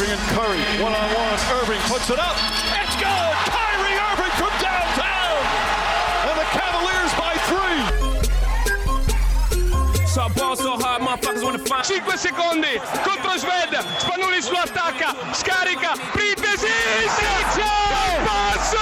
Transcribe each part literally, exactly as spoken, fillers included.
Irving and Curry, one-on-one. Irving puts it up. It's good! Kyrie Irving from downtown! And the Cavaliers by three! So ball so hard, motherfuckers wanna find. cinque secondi contro Sved. Spanulis lo attacca, scarica. Printesi, Sergio! Passo!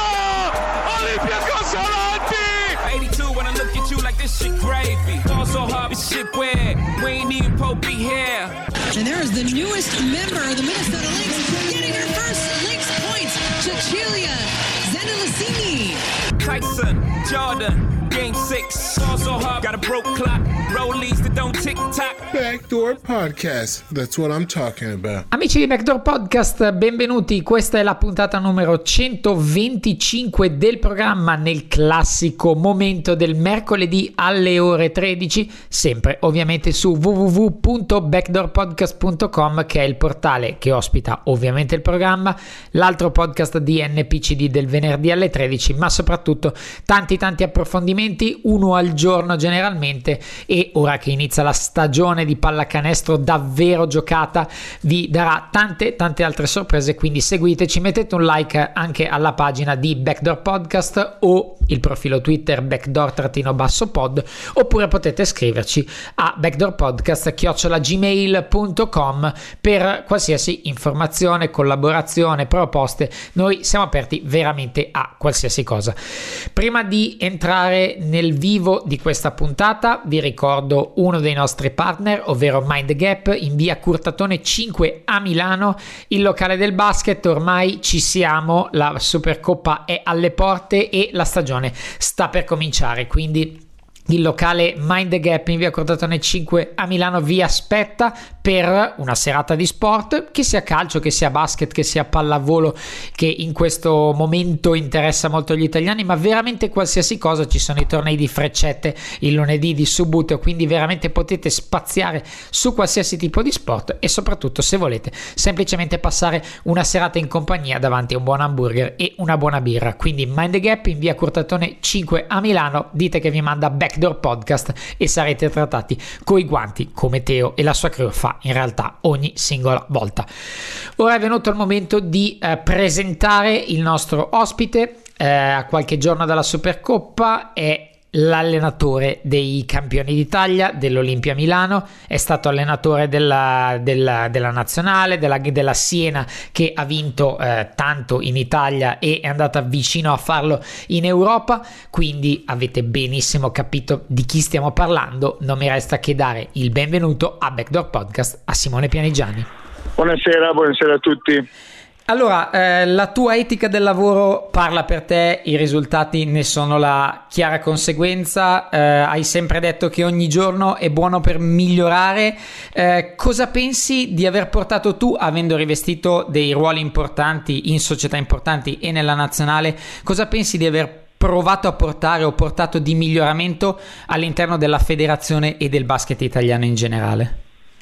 Olympiacos avanti! eighty-two when I look at you like this shit gravy. Ball so hard, this shit weird. We ain't even Pope be here. And there is the newest member of the Minnesota Lynx getting her first Lynx points. Cecilia Zendelicini. Tyson, Jordan, game six. Ball so hard, got a broke clock. Rollies that don't tick tock. Backdoor Podcast, that's what I'm talking about. Amici di Backdoor Podcast, benvenuti. Questa è la puntata numero centoventicinque del programma, nel classico momento del mercoledì alle ore tredici, sempre ovviamente su w w w punto backdoor podcast punto com, che è il portale che ospita ovviamente il programma, l'altro podcast di N P C D del venerdì alle tredici, ma soprattutto tanti tanti approfondimenti, uno al giorno generalmente. E ora che inizia la stagione di pallacanestro davvero giocata, vi darà tante tante altre sorprese, quindi seguiteci, mettete un like anche alla pagina di Backdoor Podcast o il profilo Twitter backdoor-pod, oppure potete scriverci a backdoorpodcast chiocciola gmail punto com per qualsiasi informazione, collaborazione, proposte. Noi siamo aperti veramente a qualsiasi cosa. Prima di entrare nel vivo di questa puntata vi ricordo uno dei nostri partner, ovvero Mind the Gap, in via Curtatone cinque a Milano, il locale del basket. Ormai ci siamo, la Supercoppa è alle porte e la stagione sta per cominciare, quindi il locale Mind the Gap in via Curtatone cinque a Milano vi aspetta per una serata di sport, che sia calcio, che sia basket, che sia pallavolo, che in questo momento interessa molto gli italiani, ma veramente qualsiasi cosa. Ci sono i tornei di freccette il lunedì, di subbuteo, quindi veramente potete spaziare su qualsiasi tipo di sport, e soprattutto se volete semplicemente passare una serata in compagnia davanti a un buon hamburger e una buona birra. Quindi Mind the Gap in via Curtatone cinque a Milano, dite che vi manda Backdoor Podcast e sarete trattati coi guanti, come Teo e la sua crew fa in realtà ogni singola volta. Ora è venuto il momento di eh, presentare il nostro ospite. Eh, a qualche giorno dalla Supercoppa è l'allenatore dei campioni d'Italia dell'Olimpia Milano, è stato allenatore della, della, della nazionale, della, della Siena, che ha vinto eh, tanto in Italia e è andata vicino a farlo in Europa, quindi avete benissimo capito di chi stiamo parlando. Non mi resta che dare il benvenuto a Backdoor Podcast a Simone Pianigiani. Buonasera, buonasera a tutti. Allora, eh, la tua etica del lavoro parla per te, i risultati ne sono la chiara conseguenza. Eh, hai sempre detto che ogni giorno è buono per migliorare. Eh, cosa pensi di aver portato tu, avendo rivestito dei ruoli importanti in società importanti e nella nazionale, cosa pensi di aver provato a portare o portato di miglioramento all'interno della federazione e del basket italiano in generale?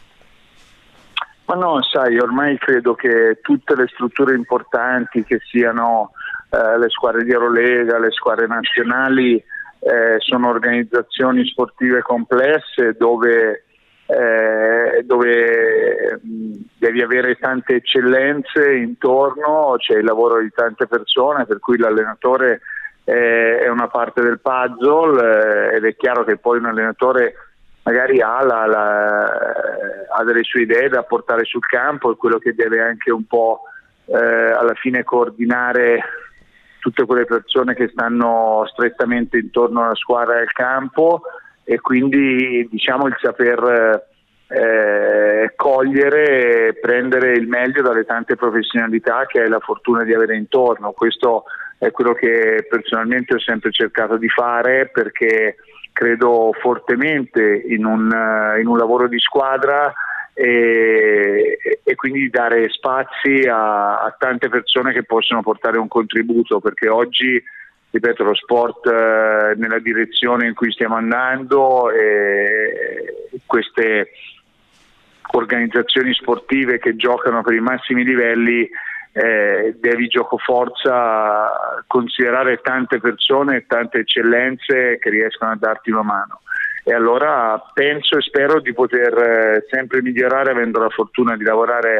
Ma no, sai, ormai credo che tutte le strutture importanti, che siano eh, le squadre di Eurolega, le squadre nazionali, eh, sono organizzazioni sportive complesse dove, eh, dove mh, devi avere tante eccellenze intorno, c'è il lavoro di tante persone, per cui l'allenatore eh, è una parte del puzzle, eh, ed è chiaro che poi un allenatore magari ha, la, la, ha delle sue idee da portare sul campo, e quello che deve anche un po' eh, alla fine coordinare tutte quelle persone che stanno strettamente intorno alla squadra del campo, e quindi diciamo il saper eh, cogliere e prendere il meglio dalle tante professionalità che hai la fortuna di avere intorno. Questo è quello che personalmente ho sempre cercato di fare, perché credo fortemente in un, in un lavoro di squadra, e, e quindi dare spazi a, a tante persone che possono portare un contributo, perché oggi, ripeto, lo sport eh, nella direzione in cui stiamo andando, e queste organizzazioni sportive che giocano per i massimi livelli, Eh, devi gioco forza considerare tante persone e tante eccellenze che riescono a darti una mano, e allora penso e spero di poter eh, sempre migliorare, avendo la fortuna di lavorare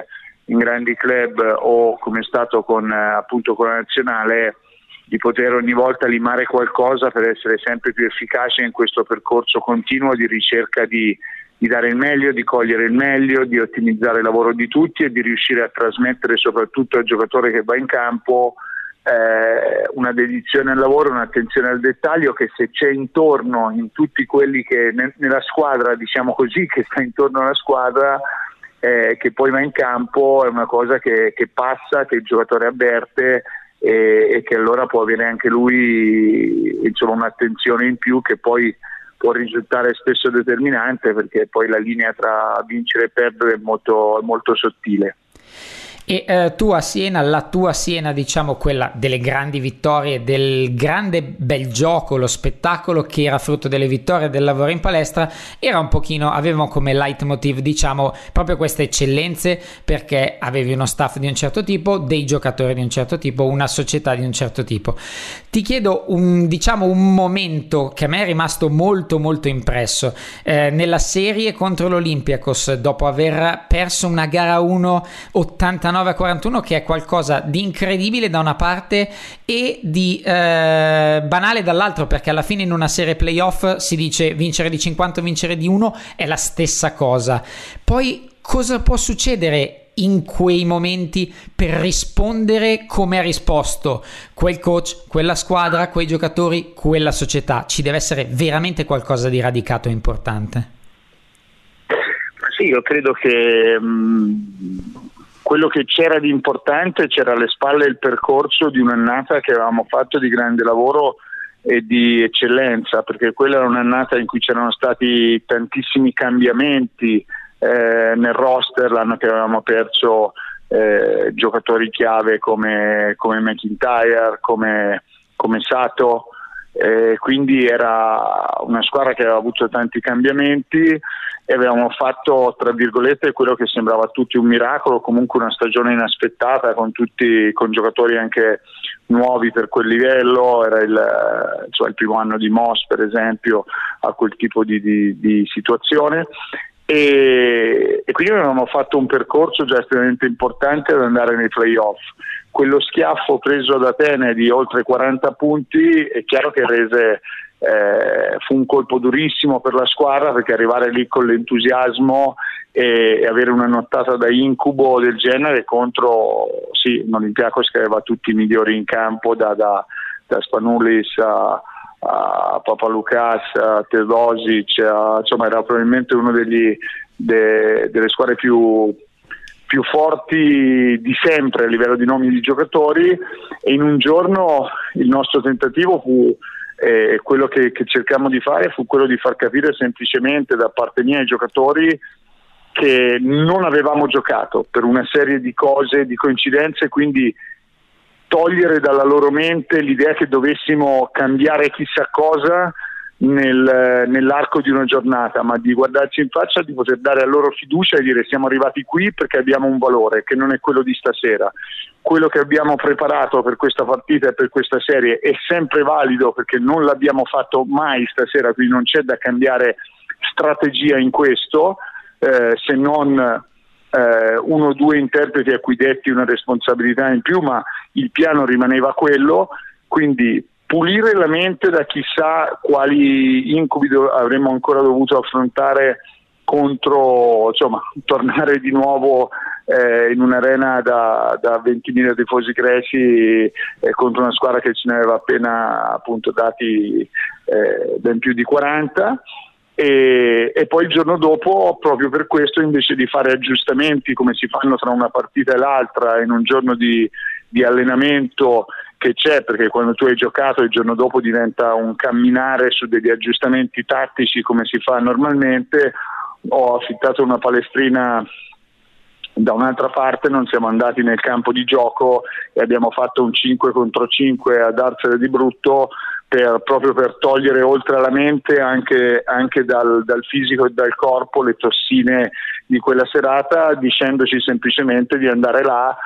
in grandi club o come è stato con appunto con la nazionale, di poter ogni volta limare qualcosa per essere sempre più efficace in questo percorso continuo di ricerca di, di dare il meglio, di cogliere il meglio, di ottimizzare il lavoro di tutti e di riuscire a trasmettere soprattutto al giocatore che va in campo eh, una dedizione al lavoro, un'attenzione al dettaglio che se c'è intorno in tutti quelli che ne, nella squadra, diciamo così, che sta intorno alla squadra, eh, che poi va in campo, è una cosa che, che passa, che il giocatore avverte e, e che allora può avere anche lui, insomma, un'attenzione in più che poi può risultare spesso determinante, perché poi la linea tra vincere e perdere è molto, è molto sottile. E eh, tu a Siena, la tua Siena, diciamo quella delle grandi vittorie, del grande bel gioco, lo spettacolo che era frutto delle vittorie, del lavoro in palestra, era un pochino, avevamo come leitmotiv, diciamo, proprio queste eccellenze, perché avevi uno staff di un certo tipo, dei giocatori di un certo tipo, una società di un certo tipo. Ti chiedo un, diciamo, un momento che a me è rimasto molto molto impresso, eh, nella serie contro l'Olympiakos, dopo aver perso una gara uno ottantanove a quarantuno, che è qualcosa di incredibile da una parte e di eh, banale dall'altro, perché alla fine in una serie playoff si dice vincere di cinquanta o vincere di uno è la stessa cosa. Poi cosa può succedere in quei momenti per rispondere come ha risposto quel coach, quella squadra, quei giocatori, quella società? Ci deve essere veramente qualcosa di radicato e importante. Sì, io credo che mh, quello che c'era di importante, c'era alle spalle il percorso di un'annata che avevamo fatto di grande lavoro e di eccellenza, perché quella era un'annata in cui c'erano stati tantissimi cambiamenti eh, nel roster, l'anno che avevamo perso eh, giocatori chiave come, come McIntyre, come, come Sato, eh, quindi era una squadra che aveva avuto tanti cambiamenti e avevamo fatto, tra virgolette, quello che sembrava a tutti un miracolo, comunque una stagione inaspettata con tutti, con giocatori anche nuovi per quel livello. Era il, cioè il primo anno di Moss, per esempio, a quel tipo di, di, di situazione e, e quindi avevamo fatto un percorso già estremamente importante ad andare nei playoff. Quello schiaffo preso ad Atene di oltre quaranta punti è chiaro che rese Eh, fu un colpo durissimo per la squadra, perché arrivare lì con l'entusiasmo e, e avere una nottata da incubo del genere contro sì, un Olympiakos che aveva tutti i migliori in campo, da, da, da Spanoulis a, a Papaloukas, a Teodosic, a, insomma era probabilmente uno degli, de, delle squadre più più forti di sempre a livello di nomi di giocatori, e in un giorno il nostro tentativo fu Eh, quello che, che cercammo di fare fu quello di far capire semplicemente da parte mia ai giocatori che non avevamo giocato per una serie di cose, di coincidenze, quindi togliere dalla loro mente l'idea che dovessimo cambiare chissà cosa nel, nell'arco di una giornata, ma di guardarci in faccia, di poter dare a loro fiducia e dire siamo arrivati qui perché abbiamo un valore che non è quello di stasera. Quello che abbiamo preparato per questa partita e per questa serie è sempre valido, perché non l'abbiamo fatto mai stasera, quindi non c'è da cambiare strategia in questo, eh, se non eh, uno o due interpreti a cui detti una responsabilità in più, ma il piano rimaneva quello. Quindi pulire la mente da chissà quali incubi do- avremmo ancora dovuto affrontare contro, insomma, tornare di nuovo eh, in un'arena da, da ventimila tifosi greci eh, contro una squadra che ce ne aveva appena appunto dati eh, ben più di quaranta. E, e poi il giorno dopo, proprio per questo, invece di fare aggiustamenti come si fanno tra una partita e l'altra in un giorno di, di allenamento che c'è, perché quando tu hai giocato il giorno dopo diventa un camminare su degli aggiustamenti tattici come si fa normalmente, ho affittato una palestrina da un'altra parte, non siamo andati nel campo di gioco e abbiamo fatto un cinque contro cinque a darsene di brutto, per, proprio per togliere oltre alla mente anche, anche dal, dal fisico e dal corpo le tossine di quella serata, dicendoci semplicemente di andare là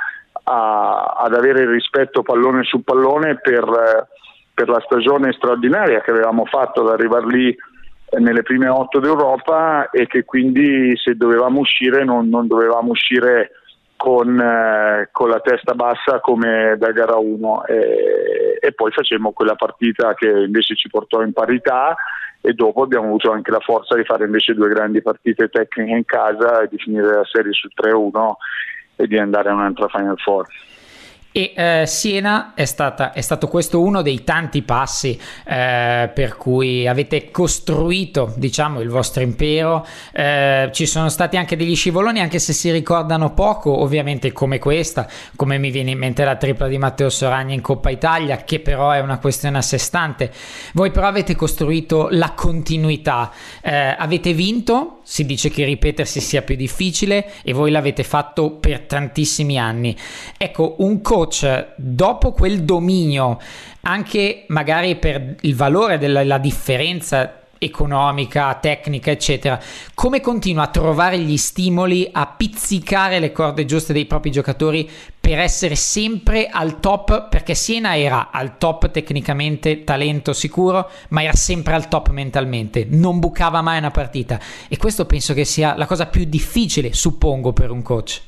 a, ad avere il rispetto pallone su pallone per, per la stagione straordinaria che avevamo fatto ad arrivare lì nelle prime otto d'Europa, e che quindi se dovevamo uscire non, non dovevamo uscire con, eh, con la testa bassa come da gara uno, e, e poi facemmo quella partita che invece ci portò in parità, e dopo abbiamo avuto anche la forza di fare invece due grandi partite tecniche in casa e di finire la serie su tre a uno e di andare a un'altra Final Four. E eh, Siena è, stata, è stato questo uno dei tanti passi eh, per cui avete costruito, diciamo, il vostro impero. Eh, ci sono stati anche degli scivoloni, anche se si ricordano poco, ovviamente, come questa, come mi viene in mente la tripla di Matteo Soragna in Coppa Italia, che però è una questione a sé stante. Voi però avete costruito la continuità, eh, avete vinto, si dice che ripetersi sia più difficile, e voi l'avete fatto per tantissimi anni. Ecco, un coach dopo quel dominio, anche magari per il valore della la differenza economica, tecnica, eccetera, come continua a trovare gli stimoli, a pizzicare le corde giuste dei propri giocatori per essere sempre al top? Perché Siena era al top tecnicamente, talento sicuro, ma era sempre al top mentalmente, non bucava mai una partita, e questo penso che sia la cosa più difficile, suppongo, per un coach.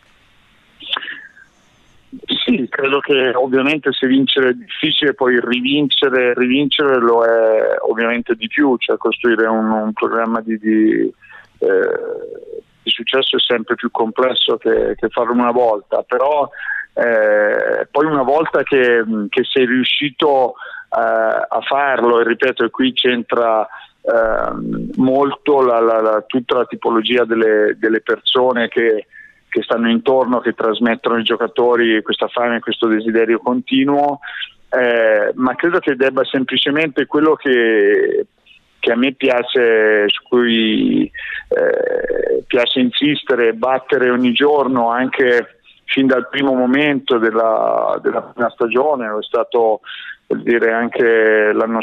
Sì, credo che ovviamente se vincere è difficile, poi rivincere rivincere lo è ovviamente di più, cioè costruire un, un programma di, di, eh, di successo è sempre più complesso che, che farlo una volta, però eh, poi una volta che, che sei riuscito eh, a farlo, e ripeto, e qui c'entra eh, molto la, la, la, tutta la tipologia delle, delle persone che che stanno intorno, che trasmettono ai giocatori questa fame, questo desiderio continuo, eh, ma credo che debba semplicemente quello che, che a me piace, su cui eh, piace insistere, battere ogni giorno, anche fin dal primo momento della, della prima stagione. È stato, vuol dire, anche l'anno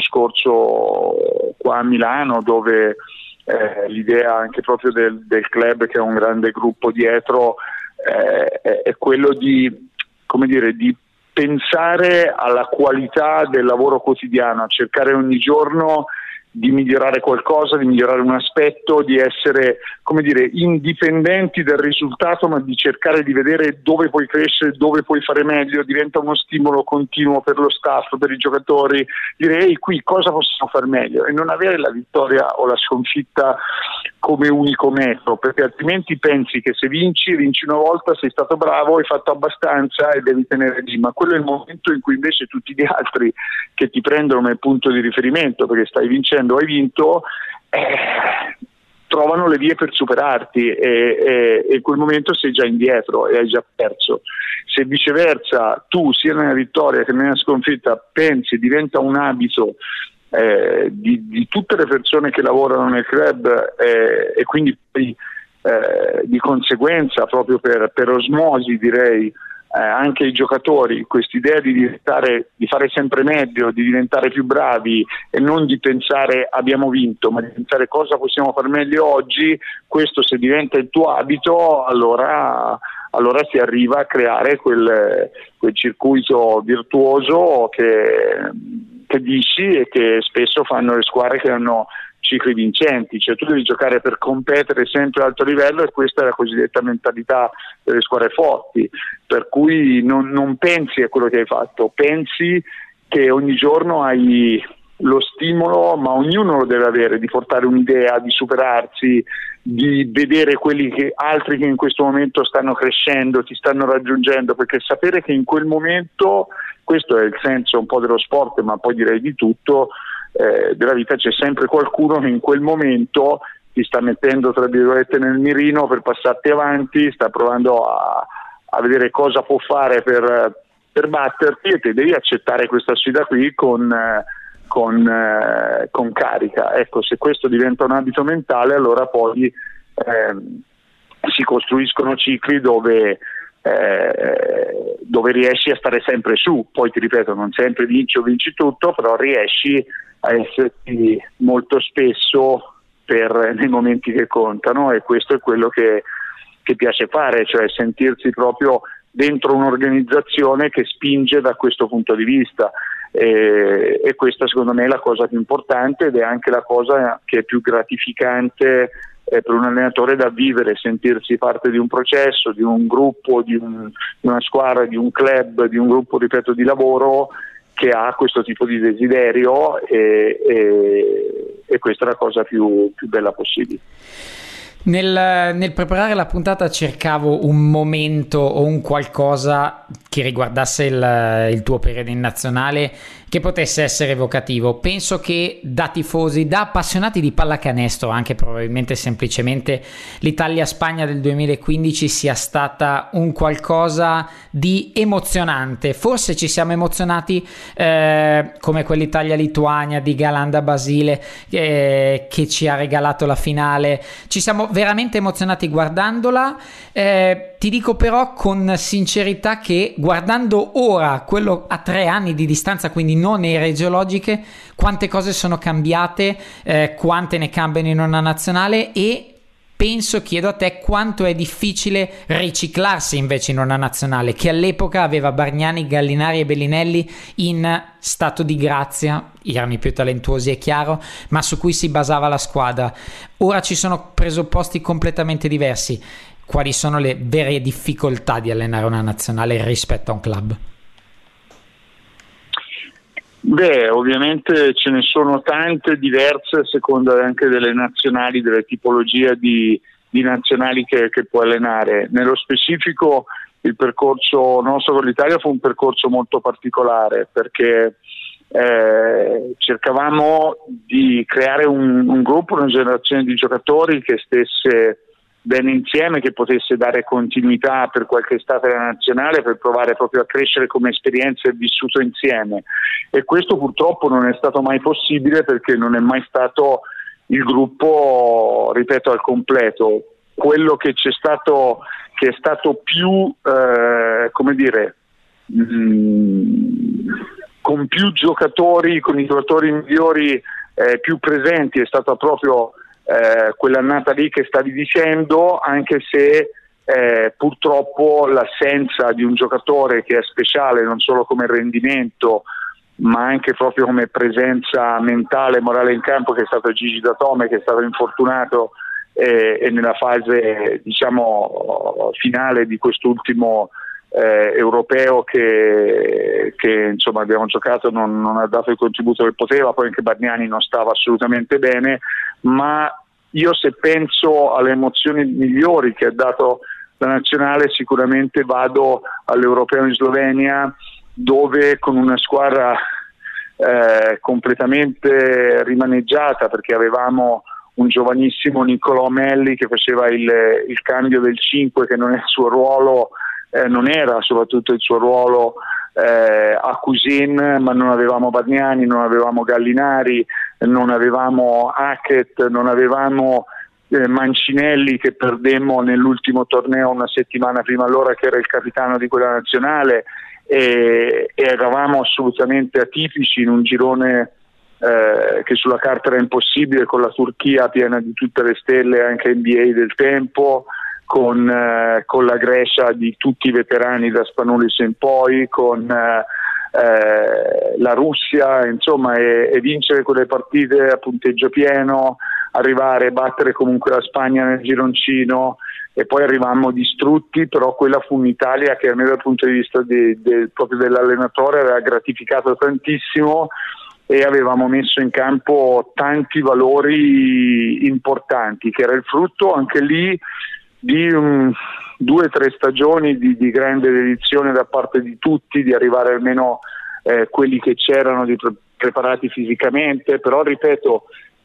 scorso qua a Milano, dove Eh, l'idea anche proprio del, del club, che ha un grande gruppo dietro, eh, è, è quello di, come dire, di pensare alla qualità del lavoro quotidiano, a cercare ogni giorno di migliorare qualcosa, di migliorare un aspetto, di essere, come dire, indipendenti dal risultato, ma di cercare di vedere dove puoi crescere, dove puoi fare meglio. Diventa uno stimolo continuo per lo staff, per i giocatori, dire ehi, qui cosa possiamo fare meglio, e non avere la vittoria o la sconfitta come unico metro, perché altrimenti pensi che se vinci, vinci una volta, sei stato bravo, hai fatto abbastanza e devi tenere lì, ma quello è il momento in cui invece tutti gli altri che ti prendono come punto di riferimento, perché stai vincendo, hai vinto, eh, trovano le vie per superarti, e, e, e in quel momento sei già indietro e hai già perso. Se viceversa tu, sia nella vittoria che nella sconfitta, pensi, diventa un abito eh, di, di tutte le persone che lavorano nel club, eh, e quindi poi eh, di conseguenza, proprio per, per osmosi direi, Eh, anche i giocatori, quest'idea di diventare, di fare sempre meglio, di diventare più bravi, e non di pensare abbiamo vinto, ma di pensare cosa possiamo fare meglio oggi. Questo, se diventa il tuo abito, allora, allora si arriva a creare quel, quel circuito virtuoso che, che dici, e che spesso fanno le squadre che hanno cicli vincenti. Cioè tu devi giocare per competere sempre ad alto livello, e questa è la cosiddetta mentalità delle squadre forti, per cui non, non pensi a quello che hai fatto, pensi che ogni giorno hai lo stimolo, ma ognuno lo deve avere, di portare un'idea, di superarsi, di vedere quelli che altri che in questo momento stanno crescendo, ti stanno raggiungendo, perché sapere che in quel momento, questo è il senso un po' dello sport, ma poi direi di tutto, Eh, della vita, c'è sempre qualcuno che in quel momento ti sta mettendo, tra virgolette, nel mirino per passarti avanti, sta provando a, a vedere cosa può fare per, per batterti, e te devi accettare questa sfida qui con, con, eh, con carica. Ecco, se questo diventa un abito mentale, allora poi eh, si costruiscono cicli dove Eh, dove riesci a stare sempre su. Poi ti ripeto, non sempre vinci o vinci tutto, però riesci a esserti molto spesso per nei momenti che contano, e questo è quello che, che piace fare, cioè sentirsi proprio dentro un'organizzazione che spinge da questo punto di vista. e, e questa secondo me è la cosa più importante ed è anche la cosa che è più gratificante eh, per un allenatore da vivere, sentirsi parte di un processo, di un gruppo, di, un, di una squadra, di un club, di un gruppo, ripeto, di lavoro che ha questo tipo di desiderio e, e, e questa è la cosa più, più bella possibile. Nel, nel preparare la puntata cercavo un momento o un qualcosa che riguardasse il, il tuo periodo in nazionale che potesse essere evocativo. Penso che da tifosi, da appassionati di pallacanestro, anche probabilmente semplicemente l'Italia-Spagna del duemilaquindici sia stata un qualcosa di emozionante. Forse ci siamo emozionati eh, come quell'Italia-Lituania di Galanda-Basile eh, che ci ha regalato la finale. Ci siamo veramente emozionati guardandola. Eh, ti dico però con sincerità che guardando ora quello a tre anni di distanza, quindi non ere geologiche, quante cose sono cambiate, eh, quante ne cambiano in una nazionale e penso, chiedo a te, quanto è difficile riciclarsi invece in una nazionale che all'epoca aveva Bargnani, Gallinari e Bellinelli in stato di grazia, erano i più talentuosi è chiaro, ma su cui si basava la squadra. Ora ci sono presupposti completamente diversi. Quali sono le vere difficoltà di allenare una nazionale rispetto a un club? Beh, ovviamente ce ne sono tante diverse a seconda anche delle nazionali, delle tipologie di, di nazionali che, che puoi allenare. Nello specifico il percorso nostro con l'Italia fu un percorso molto particolare perché eh, cercavamo di creare un, un gruppo, una generazione di giocatori che stesse bene insieme, che potesse dare continuità per qualche estate alla nazionale, per provare proprio a crescere come esperienza e vissuto insieme, e questo purtroppo non è stato mai possibile perché non è mai stato il gruppo, ripeto, al completo. Quello che c'è stato, che è stato più eh, come dire mh, con più giocatori, con i giocatori migliori eh, più presenti, è stata proprio Eh, quell'annata lì che stavi dicendo, anche se eh, purtroppo l'assenza di un giocatore che è speciale non solo come rendimento ma anche proprio come presenza mentale e morale in campo, che è stato Gigi Datome, che è stato infortunato eh, e nella fase diciamo finale di quest'ultimo eh, europeo che, che insomma abbiamo giocato non, non ha dato il contributo che poteva, poi anche Bargnani non stava assolutamente bene, ma io se penso alle emozioni migliori che ha dato la nazionale sicuramente vado all'europeo in Slovenia, dove con una squadra eh, completamente rimaneggiata, perché avevamo un giovanissimo Niccolò Melli che faceva il, il cambio del cinque, che non è il suo ruolo, eh, non era soprattutto il suo ruolo eh, a Cusin, ma non avevamo Bargnani, non avevamo Gallinari, non avevamo Hackett, non avevamo eh, Mancinelli, che perdemmo nell'ultimo torneo una settimana prima allora, che era il capitano di quella nazionale, e, e eravamo assolutamente atipici in un girone eh, che sulla carta era impossibile, con la Turchia piena di tutte le stelle anche N B A del tempo, con, eh, con la Grecia di tutti i veterani da Spanulis in poi, con eh, eh, la Russia, insomma, e, e vincere quelle partite a punteggio pieno, arrivare, battere comunque la Spagna nel gironcino, e poi arrivammo distrutti, però quella fu un'Italia che a me dal punto di vista de, de, proprio dell'allenatore aveva gratificato tantissimo, e avevamo messo in campo tanti valori importanti, che era il frutto anche lì di um, due o tre stagioni di, di grande dedizione da parte di tutti, di arrivare almeno eh, quelli che c'erano di pre- preparati fisicamente, però ripeto,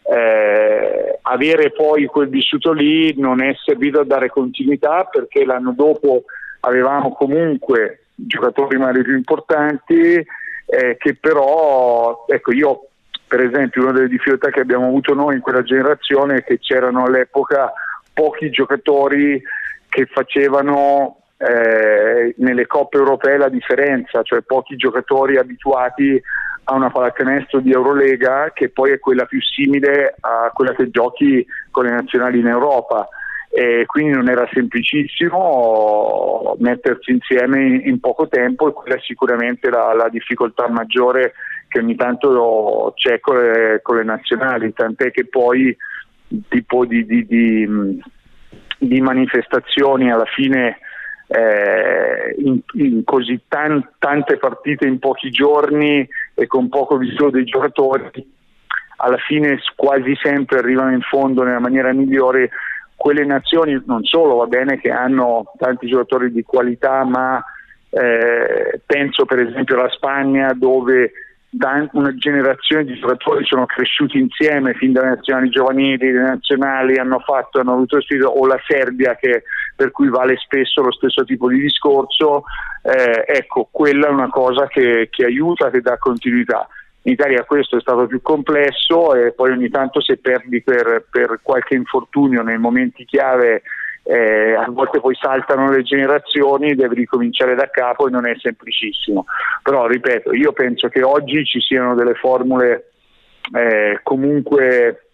eh, avere poi quel vissuto lì non è servito a dare continuità, perché l'anno dopo avevamo comunque giocatori magari più importanti, eh, che però, ecco, io per esempio una delle difficoltà che abbiamo avuto noi in quella generazione è che c'erano all'epoca pochi giocatori che facevano eh, nelle coppe europee la differenza, cioè pochi giocatori abituati a una pallacanestro di Eurolega, che poi è quella più simile a quella che giochi con le nazionali in Europa, e quindi non era semplicissimo mettersi insieme in, in poco tempo, e quella è sicuramente la, la difficoltà maggiore che ogni tanto c'è con le, con le nazionali, tant'è che poi tipo di, di, di, di manifestazioni alla fine eh, in, in così tan, tante partite in pochi giorni e con poco vissuto dei giocatori, alla fine quasi sempre arrivano in fondo nella maniera migliore quelle nazioni, non solo va bene che hanno tanti giocatori di qualità, ma eh, penso per esempio alla Spagna, dove una generazione di giocatori sono cresciuti insieme fin dalle nazionali giovanili, le nazionali hanno fatto, hanno avuto spirito, o la Serbia, che per cui vale spesso lo stesso tipo di discorso. Eh, ecco, quella è una cosa che, che aiuta, che dà continuità. In Italia questo è stato più complesso, e poi ogni tanto se perdi per, per qualche infortunio nei momenti chiave, eh, a volte poi saltano le generazioni, devi ricominciare da capo e non è semplicissimo. Però ripeto, io penso che oggi ci siano delle formule eh, comunque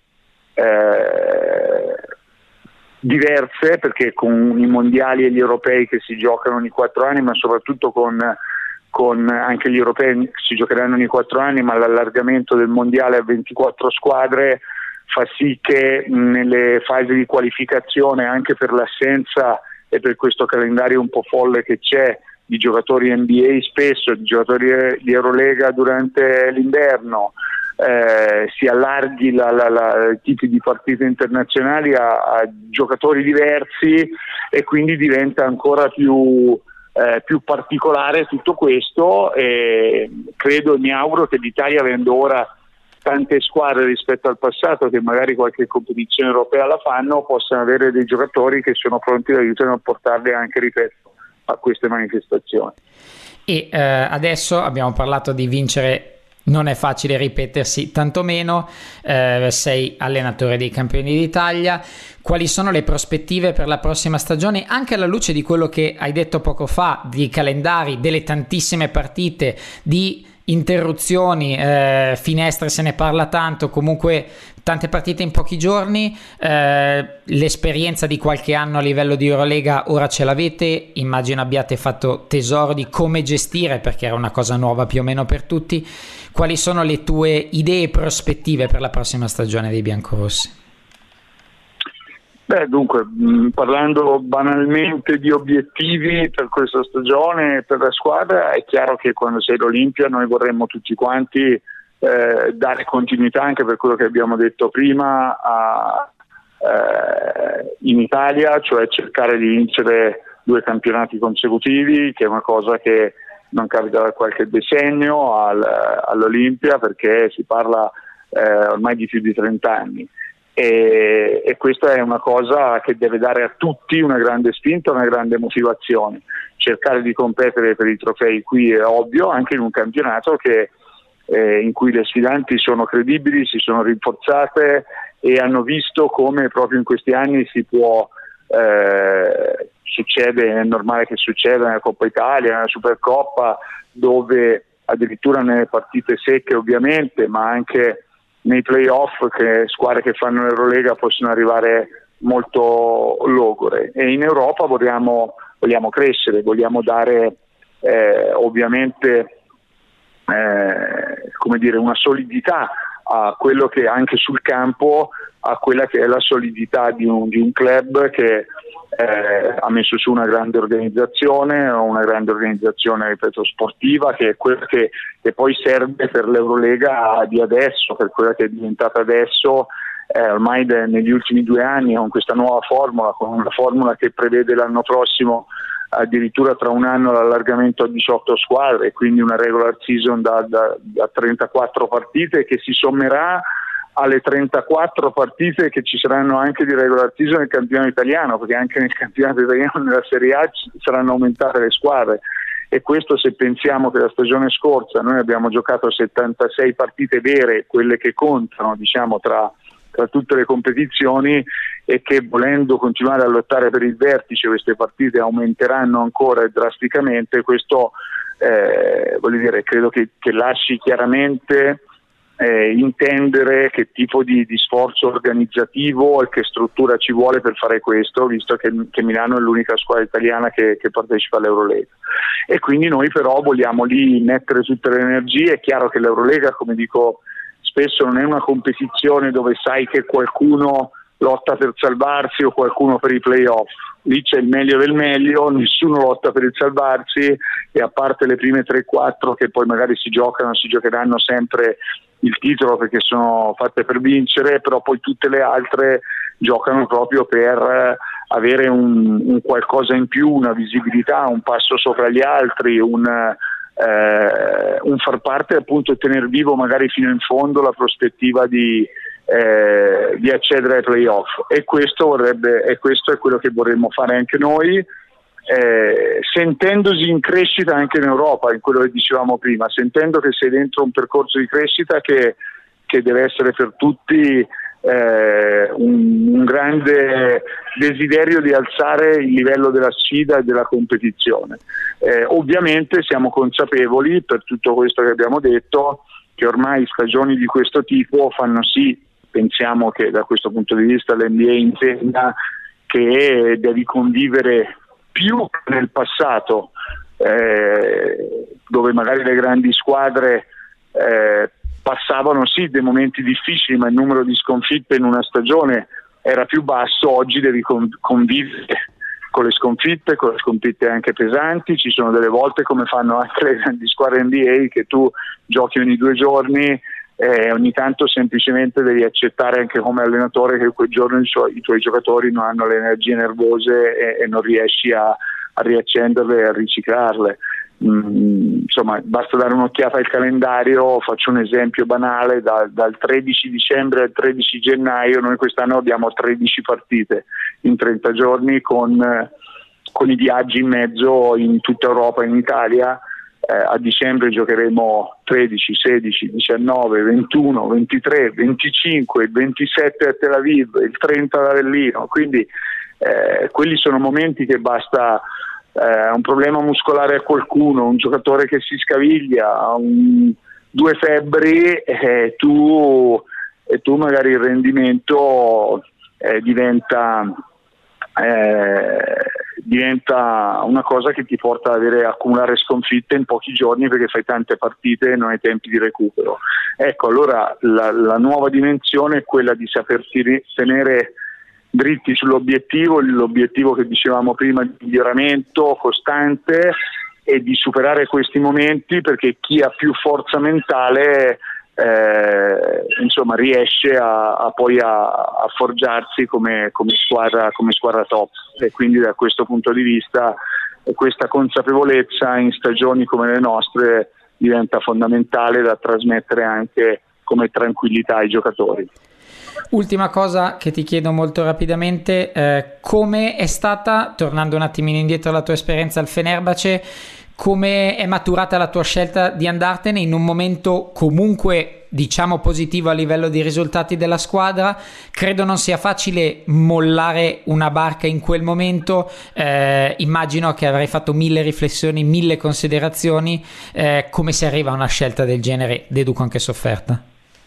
eh, diverse, perché con i mondiali e gli europei che si giocano ogni quattro anni, ma soprattutto con con anche gli europei si giocheranno ogni quattro anni, ma l'allargamento del mondiale a ventiquattro squadre fa sì che nelle fasi di qualificazione, anche per l'assenza e per questo calendario un po' folle che c'è di giocatori N B A spesso, di giocatori di Eurolega durante l'inverno, eh, si allarghi la, la, la, i tipi di partite internazionali a, a giocatori diversi, e quindi diventa ancora più Eh, più particolare tutto questo. E credo e mi auguro che l'Italia, avendo ora tante squadre rispetto al passato che magari qualche competizione europea la fanno, possano avere dei giocatori che sono pronti ad aiutare a portarli anche, ripeto, a queste manifestazioni. E eh, adesso abbiamo parlato di vincere. Non è facile ripetersi, tantomeno. Eh, sei allenatore dei campioni d'Italia. Quali sono le prospettive per la prossima stagione, anche alla luce di quello che hai detto poco fa, di calendari, delle tantissime partite, di interruzioni, eh, finestre se ne parla tanto, comunque tante partite in pochi giorni, eh, l'esperienza di qualche anno a livello di Eurolega ora ce l'avete, immagino abbiate fatto tesoro di come gestire, perché era una cosa nuova più o meno per tutti. Quali sono le tue idee e prospettive per la prossima stagione dei biancorossi? Beh, dunque, mh, parlando banalmente di obiettivi per questa stagione, per la squadra, è chiaro che quando sei l'Olimpia noi vorremmo tutti quanti eh, dare continuità, anche per quello che abbiamo detto prima, a, eh, in Italia, cioè cercare di vincere due campionati consecutivi, che è una cosa che non capita da qualche decennio al, all'Olimpia, perché si parla eh, ormai di più di trenta anni. E, e questa è una cosa che deve dare a tutti una grande spinta, una grande motivazione. Cercare di competere per i trofei qui è ovvio, anche in un campionato che, eh, in cui le sfidanti sono credibili, si sono rinforzate e hanno visto come proprio in questi anni si può, eh, succede, è normale che succeda nella Coppa Italia, nella Supercoppa, dove addirittura nelle partite secche ovviamente, ma anche nei playoff, che squadre che fanno l'Eurolega possono arrivare molto logore. E in Europa vogliamo, vogliamo crescere, vogliamo dare eh, ovviamente eh, come dire, una solidità a quello che anche sul campo, a quella che è la solidità di un, di un club che eh, ha messo su una grande organizzazione, una grande organizzazione, ripeto, sportiva, che è quella che, che poi serve per l'Eurolega di adesso, per quella che è diventata adesso, eh, ormai de, negli ultimi due anni, con questa nuova formula, con una formula che prevede l'anno prossimo addirittura tra un anno l'allargamento a diciotto squadre, quindi una regular season da, da, da trentaquattro partite, che si sommerà alle trentaquattro partite che ci saranno anche di regular season nel campionato italiano, perché anche nel campionato italiano, nella Serie A, saranno aumentate le squadre. E questo, se pensiamo che la stagione scorsa noi abbiamo giocato settantasei partite vere, quelle che contano, diciamo, tra tra tutte le competizioni, e che volendo continuare a lottare per il vertice queste partite aumenteranno ancora drasticamente, questo eh, voglio dire, credo che, che lasci chiaramente eh, intendere che tipo di, di sforzo organizzativo e che struttura ci vuole per fare questo, visto che, che Milano è l'unica squadra italiana che, che partecipa all'Eurolega. E quindi noi però vogliamo lì mettere tutte le energie. È chiaro che l'Eurolega, come dico spesso, non è una competizione dove sai che qualcuno lotta per salvarsi o qualcuno per i play-off. Lì c'è il meglio del meglio, nessuno lotta per il salvarsi, e a parte le prime tre quattro che poi magari si giocano, si giocheranno sempre il titolo perché sono fatte per vincere, però poi tutte le altre giocano proprio per avere un, un qualcosa in più, una visibilità, un passo sopra gli altri, un, eh, un far parte appunto e tenere vivo magari fino in fondo la prospettiva di Eh, di accedere ai playoff, e questo vorrebbe e questo è quello che vorremmo fare anche noi, eh, sentendosi in crescita anche in Europa, in quello che dicevamo prima, sentendo che sei dentro un percorso di crescita che, che deve essere per tutti eh, un, un grande desiderio di alzare il livello della sfida e della competizione. Eh, ovviamente siamo consapevoli, per tutto questo che abbiamo detto, che ormai stagioni di questo tipo fanno sì, pensiamo che da questo punto di vista l'N B A intenda che devi convivere più che nel passato, eh, dove magari le grandi squadre eh, passavano sì dei momenti difficili, ma il numero di sconfitte in una stagione era più basso. Oggi devi con- convivere con le sconfitte, con le sconfitte anche pesanti. Ci sono delle volte, come fanno anche le grandi squadre N B A, che tu giochi ogni due giorni e ogni tanto semplicemente devi accettare anche come allenatore che quel giorno i, suoi, i tuoi giocatori non hanno le energie nervose e, e non riesci a, a riaccenderle e a riciclarle. Mm, insomma, basta dare un'occhiata al calendario. Faccio un esempio banale: da, dal tredici dicembre al tredici gennaio noi quest'anno abbiamo tredici partite in trenta giorni, con, con i viaggi in mezzo in tutta Europa e in Italia. Eh, a dicembre giocheremo tredici, sedici, diciannove, ventuno, ventitré, venticinque, il ventisette a Tel Aviv, il trenta ad Avellino, quindi eh, quelli sono momenti che basta eh, un problema muscolare a qualcuno, un giocatore che si scaviglia, un, due febbri, e tu, e tu magari il rendimento eh, diventa eh, diventa una cosa che ti porta ad avere accumulare sconfitte in pochi giorni, perché fai tante partite e non hai tempi di recupero. Ecco, allora la, la nuova dimensione è quella di sapersi tenere dritti sull'obiettivo, l'obiettivo che dicevamo prima di miglioramento costante, e di superare questi momenti, perché chi ha più forza mentale Eh, insomma riesce a, a poi a, a forgiarsi come, come squadra come squadra top, e quindi da questo punto di vista questa consapevolezza in stagioni come le nostre diventa fondamentale da trasmettere anche come tranquillità ai giocatori. Ultima cosa che ti chiedo molto rapidamente, eh, come è stata, tornando un attimino indietro alla tua esperienza al Fenerbahce, come è maturata la tua scelta di andartene in un momento comunque diciamo positivo a livello di risultati della squadra? Credo non sia facile mollare una barca in quel momento, eh, immagino che avrai fatto mille riflessioni, mille considerazioni. Eh, come si arriva a una scelta del genere, deduco anche sofferta?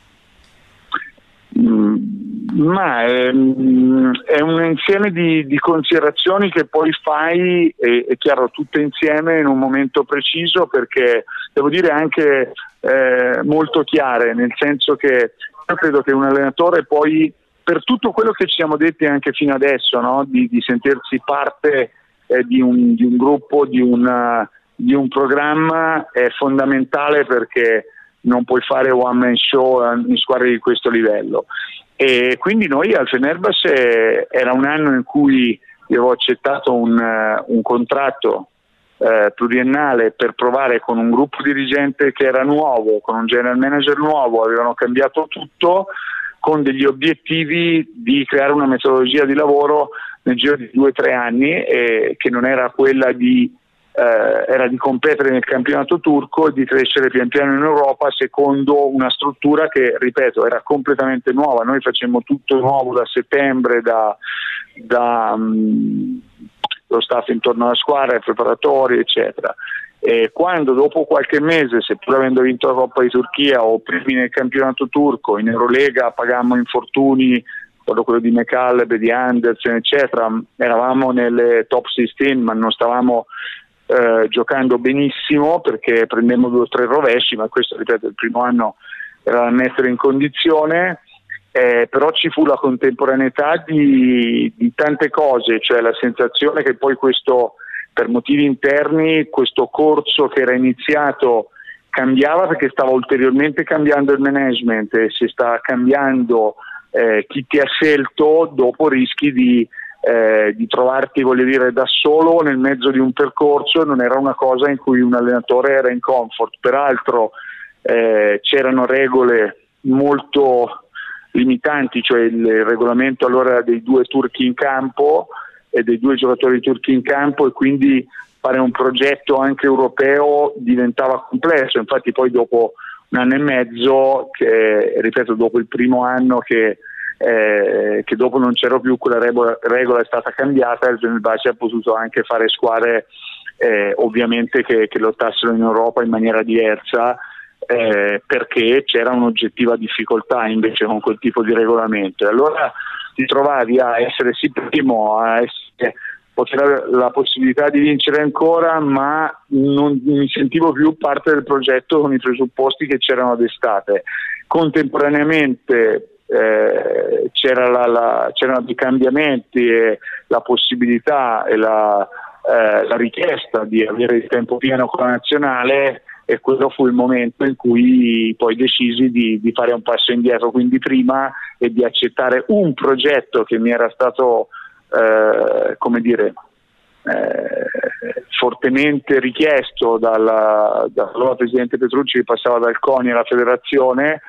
Mm, ma è, è un insieme di, di considerazioni che poi fai, è, è chiaro, tutte insieme in un momento preciso, perché devo dire anche eh, molto chiare, nel senso che io credo che un allenatore poi, per tutto quello che ci siamo detti anche fino adesso, no? di, di sentirsi parte eh, di, un, di un gruppo, di, una, di un programma, è fondamentale, perché non puoi fare one man show in squadre di questo livello. E quindi noi al Fenerbahce era un anno in cui io avevo accettato un, un contratto eh, pluriennale per provare con un gruppo dirigente che era nuovo, con un general manager nuovo, avevano cambiato tutto, con degli obiettivi di creare una metodologia di lavoro nel giro di due o tre anni, e che non era quella di Eh, era di competere nel campionato turco e di crescere pian piano in Europa secondo una struttura che, ripeto, era completamente nuova. Noi facemmo tutto nuovo da settembre, da, da um, lo staff intorno alla squadra, i preparatori, eccetera. E quando dopo qualche mese, seppur avendo vinto la Coppa di Turchia o primi nel campionato turco, in Eurolega pagammo infortuni, quello di McCalleb, di Andersen eccetera, eravamo nelle top sedici ma non stavamo eh, giocando benissimo perché prendemmo due o tre rovesci, ma questo ripeto il primo anno era da mettere in condizione. Eh, però ci fu la contemporaneità di, di tante cose, cioè la sensazione che poi questo, per motivi interni, questo corso che era iniziato cambiava perché stava ulteriormente cambiando il management, e se sta cambiando eh, chi ti ha scelto, dopo rischi di, eh, di trovarti, voglio dire, da solo nel mezzo di un percorso. Non era una cosa in cui un allenatore era in comfort, peraltro eh, c'erano regole molto limitanti, cioè il regolamento allora dei due turchi in campo e dei due giocatori turchi in campo, e quindi fare un progetto anche europeo diventava complesso. Infatti poi dopo un anno e mezzo, che ripeto dopo il primo anno che, eh, che dopo non c'era più quella regola, regola è stata cambiata, il Fenerbahce ha potuto anche fare squadre eh, ovviamente che, che lottassero in Europa in maniera diversa, Eh, perché c'era un'oggettiva difficoltà invece con quel tipo di regolamento. E allora ti trovavi a essere sì primo, a essere, poter la possibilità di vincere ancora, ma non mi sentivo più parte del progetto con i presupposti che c'erano d'estate. Contemporaneamente eh, c'era la, la, c'erano dei cambiamenti e la possibilità e la, eh, la richiesta di avere il tempo pieno con la nazionale, e quello fu il momento in cui poi decisi di, di fare un passo indietro, quindi prima e di accettare un progetto che mi era stato eh, come dire eh, fortemente richiesto dalla, dall'allora presidente Petrucci, che passava dal CONI alla federazione,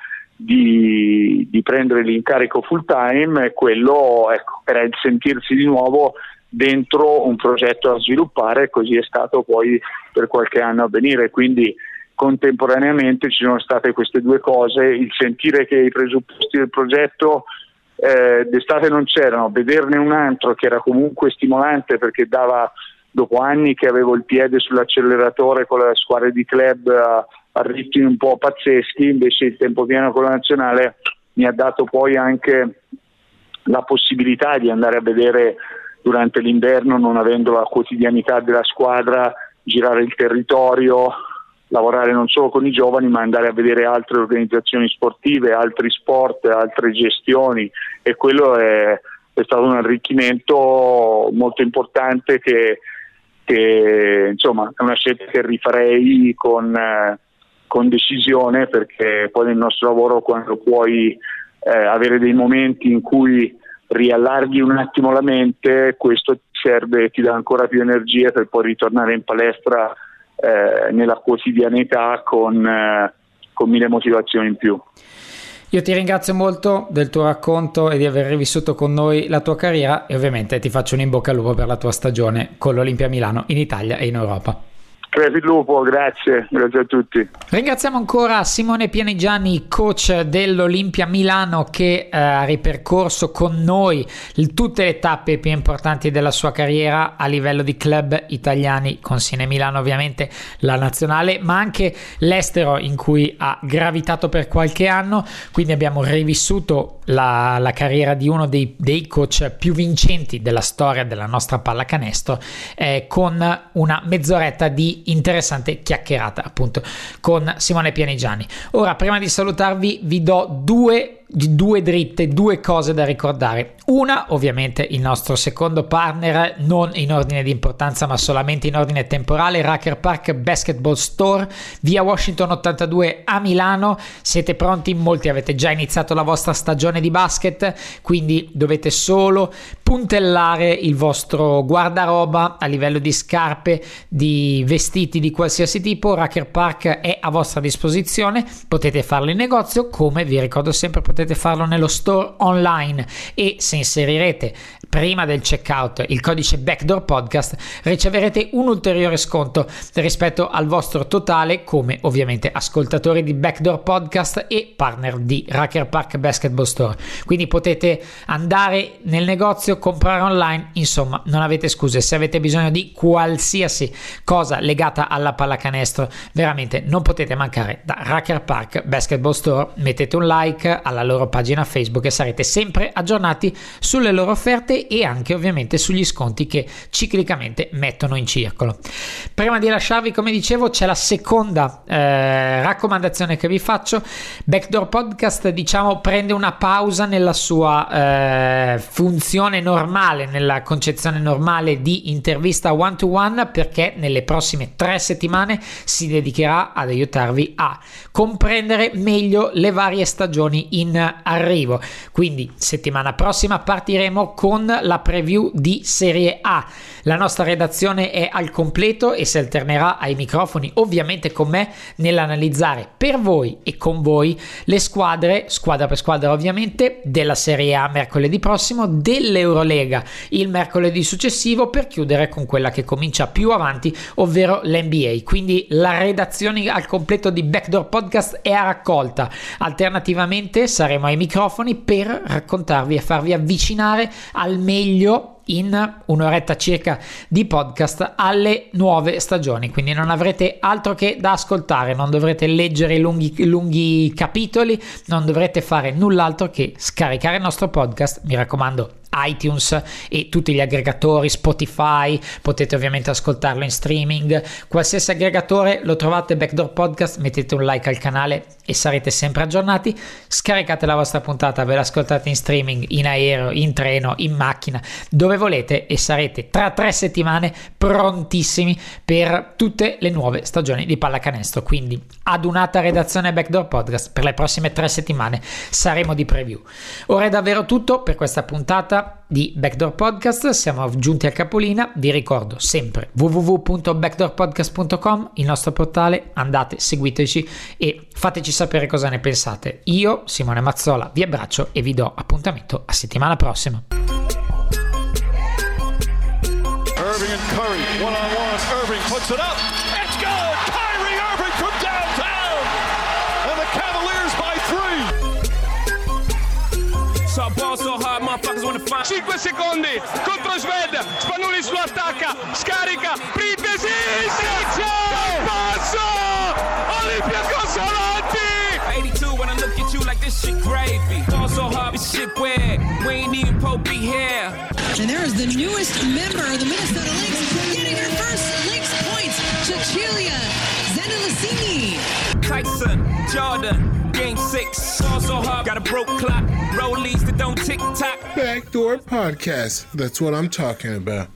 di, di prendere l'incarico full time, e quello ecco, era il sentirsi di nuovo dentro un progetto da sviluppare, e così è stato poi per qualche anno a venire. Quindi contemporaneamente ci sono state queste due cose: il sentire che i presupposti del progetto eh, d'estate non c'erano, vederne un altro che era comunque stimolante perché dava, dopo anni che avevo il piede sull'acceleratore con le squadre di club a, a ritmi un po' pazzeschi, invece il tempo pieno con la nazionale mi ha dato poi anche la possibilità di andare a vedere durante l'inverno, non avendo la quotidianità della squadra, girare il territorio, lavorare non solo con i giovani, ma andare a vedere altre organizzazioni sportive, altri sport, altre gestioni, e quello è, è stato un arricchimento molto importante che, che insomma è una scelta che rifarei con, eh, con decisione, perché poi nel nostro lavoro, quando puoi eh, avere dei momenti in cui riallarghi un attimo la mente, questo ti serve, ti dà ancora più energie per poi ritornare in palestra eh, nella quotidianità con, eh, con mille motivazioni in più. Io ti ringrazio molto del tuo racconto e di aver rivissuto con noi la tua carriera, e ovviamente ti faccio un in bocca al lupo per la tua stagione con l'Olimpia Milano in Italia e in Europa. Crepi il lupo, grazie, grazie a tutti. Ringraziamo ancora Simone Pianigiani, coach dell'Olimpia Milano, che eh, ha ripercorso con noi il, tutte le tappe più importanti della sua carriera a livello di club italiani, con Sine Milano ovviamente la nazionale, ma anche l'estero in cui ha gravitato per qualche anno. Quindi abbiamo rivissuto la, la carriera di uno dei, dei coach più vincenti della storia della nostra pallacanestro, eh, con una mezz'oretta di interessante chiacchierata appunto con Simone Pianigiani. Ora, prima di salutarvi, vi do due di due dritte, due cose da ricordare. Una, ovviamente, il nostro secondo partner, non in ordine di importanza ma solamente in ordine temporale, Rucker Park Basketball Store, via Washington ottantadue a Milano. Siete pronti? Molti avete già iniziato la vostra stagione di basket, quindi dovete solo puntellare il vostro guardaroba a livello di scarpe, di vestiti di qualsiasi tipo. Rucker Park è a vostra disposizione, potete farlo in negozio, come vi ricordo sempre potete potete farlo nello store online e se inserirete prima del checkout il codice Backdoor Podcast riceverete un ulteriore sconto rispetto al vostro totale come ovviamente ascoltatori di Backdoor Podcast e partner di Rucker Park Basketball Store. Quindi potete andare nel negozio, comprare online, insomma non avete scuse. Se avete bisogno di qualsiasi cosa legata alla pallacanestro veramente non potete mancare da Rucker Park Basketball Store. Mettete un like alla loro pagina Facebook e sarete sempre aggiornati sulle loro offerte e anche ovviamente sugli sconti che ciclicamente mettono in circolo. Prima di lasciarvi, come dicevo, c'è la seconda eh, raccomandazione che vi faccio. Backdoor Podcast, diciamo, prende una pausa nella sua eh, funzione normale, nella concezione normale di intervista one to one, perché nelle prossime tre settimane si dedicherà ad aiutarvi a comprendere meglio le varie stagioni in arrivo. Quindi settimana prossima partiremo con la preview di Serie A. La nostra redazione è al completo e si alternerà ai microfoni ovviamente con me nell'analizzare per voi e con voi le squadre, squadra per squadra ovviamente, della Serie A mercoledì prossimo, dell'Eurolega il mercoledì successivo, per chiudere con quella che comincia più avanti, ovvero l'N B A. Quindi la redazione al completo di Backdoor Podcast è a raccolta. Alternativamente saremo ai microfoni per raccontarvi e farvi avvicinare al meglio in un'oretta circa di podcast alle nuove stagioni. Quindi non avrete altro che da ascoltare, non dovrete leggere lunghi, lunghi capitoli, non dovrete fare null'altro che scaricare il nostro podcast, mi raccomando iTunes e tutti gli aggregatori, Spotify, potete ovviamente ascoltarlo in streaming, qualsiasi aggregatore lo trovate Backdoor Podcast, mettete un like al canale e sarete sempre aggiornati. Scaricate la vostra puntata, ve l'ascoltate in streaming, in aereo, in treno, in macchina, dove volete e sarete tra tre settimane prontissimi per tutte le nuove stagioni di pallacanestro. Quindi adunata redazione Backdoor Podcast, per le prossime tre settimane saremo di preview. Ora è davvero tutto per questa puntata di Backdoor Podcast, siamo giunti al capolinea. Vi ricordo sempre w w w punto backdoor podcast punto com, il nostro portale, andate, seguiteci e fateci sapere cosa ne pensate. Io, Simone Mazzola, vi abbraccio e vi do appuntamento a settimana prossima. Irving and Curry, one on one. Irving puts it up. It's good. Kyrie Irving from downtown, and the Cavaliers by three. So I ball so hard, motherfuckers wanna find. cinque secondi contro Sved, Spanulis lo attacca, scarica, Pritesis, passo, Olympiacos avanti. eighty-two when I look at you like this shit gravy. Ball so hard, this shit weird. We ain't even Pope be here. And there is the newest member of the Minnesota Lynx getting her first Lynx points, Cecilia Zendelicini. Tyson, Jordan, game six. Ball so hard, got a broke clock. Rollies that don't tick tock. Backdoor Podcast. That's what I'm talking about.